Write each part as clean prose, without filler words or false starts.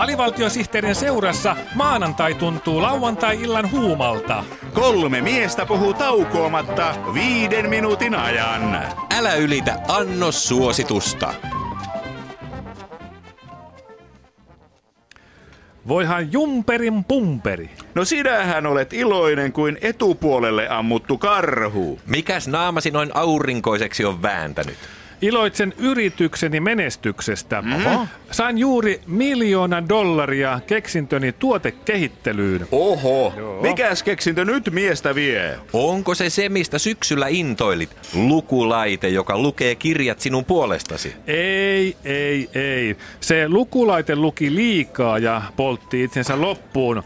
Alivaltiosihteerin seurassa maanantai tuntuu lauantai-illan huumalta. 3 miestä puhuu taukoamatta 5 minuutin ajan. Älä ylitä annossuositusta. Voihan jumperin pumperi. No sinähän olet iloinen kuin etupuolelle ammuttu karhu. Mikäs naamasi noin aurinkoiseksi on vääntänyt? Iloitsen yritykseni menestyksestä. Sain juuri $1 miljoona keksintöni tuotekehittelyyn. Oho, mikäs keksintö nyt miestä vie? Onko se mistä syksyllä intoilit? Lukulaite, joka lukee kirjat sinun puolestasi. Ei. Se lukulaite luki liikaa ja poltti itsensä loppuun.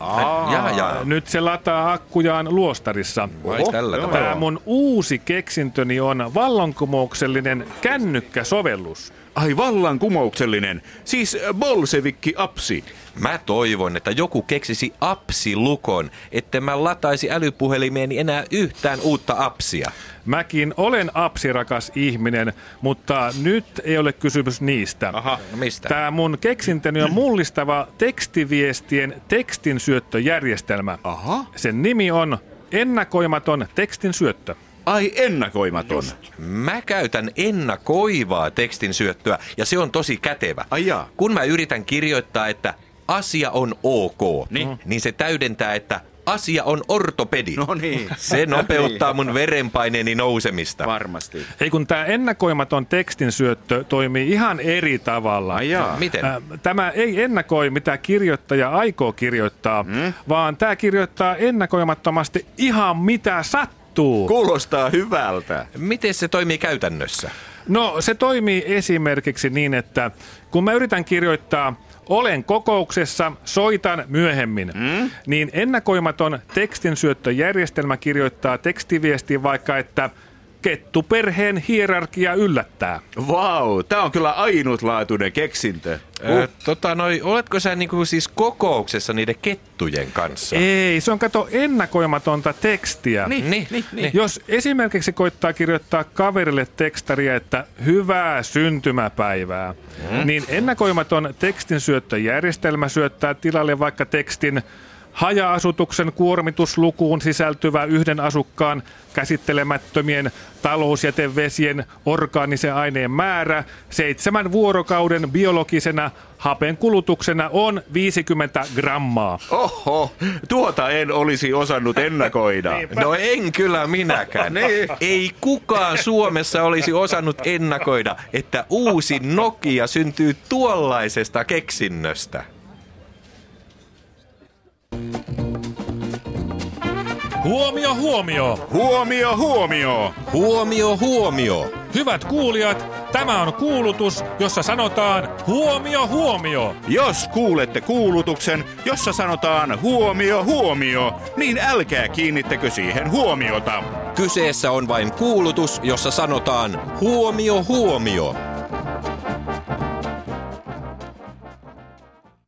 Nyt se lataa akkujaan luostarissa. Tämä mun uusi keksintöni on vallankumouksellinen kännykkäsovellus. Ai vallankumouksellinen, siis bolsevikki-apsi. Mä toivon, että joku keksisi apsilukon, että mä lataisi älypuhelimieni enää yhtään uutta apsia. Mäkin olen apsirakas ihminen, mutta nyt ei ole kysymys niistä. Aha, no mistä? Tää mun keksintöni on mullistava tekstiviestien tekstinsyöttöjärjestelmä. Aha. Sen nimi on ennakoimaton tekstinsyöttö. Ai ennakoimaton. Just. Mä käytän ennakoivaa tekstinsyöttöä ja se on tosi kätevä. Ai jaa. Kun mä yritän kirjoittaa, että asia on ok, niin se täydentää, että asia on ortopedi. No niin. Se nopeuttaa mun verenpaineeni nousemista. Varmasti. Ei kun tää ennakoimaton tekstinsyöttö toimii ihan eri tavalla. Ai jaa. Miten? Tämä ei ennakoi, mitä kirjoittaja aikoo kirjoittaa, vaan tää kirjoittaa ennakoimattomasti ihan mitä sattuu. Kuulostaa hyvältä. Miten se toimii käytännössä? No se toimii esimerkiksi niin, että kun mä yritän kirjoittaa olen kokouksessa, soitan myöhemmin, niin ennakoimaton tekstinsyöttöjärjestelmä kirjoittaa tekstiviestiin vaikka, että kettuperheen hierarkia yllättää. Vau, tää on kyllä ainutlaatuinen keksintö. Oletko sä siis kokouksessa niiden kettujen kanssa? Ei, se on ennakoimatonta tekstiä. Niin. Jos esimerkiksi koittaa kirjoittaa kaverille tekstaria, että hyvää syntymäpäivää, niin ennakoimaton tekstinsyöttöjärjestelmä syöttää tilalle vaikka tekstin haja-asutuksen kuormituslukuun sisältyvä 1 asukkaan käsittelemättömien talousjätevesien orgaanisen aineen määrä 7 vuorokauden biologisena hapen kulutuksena on 50 grammaa. Oho, tuota en olisi osannut ennakoida. No en kyllä minäkään. Ei kukaan Suomessa olisi osannut ennakoida, että uusi Nokia syntyy tuollaisesta keksinnöstä. Huomio, huomio! Huomio, huomio! Huomio, huomio! Hyvät kuulijat, tämä on kuulutus, jossa sanotaan huomio, huomio! Jos kuulette kuulutuksen, jossa sanotaan huomio, huomio, niin älkää kiinnittäkö siihen huomiota. Kyseessä on vain kuulutus, jossa sanotaan huomio, huomio.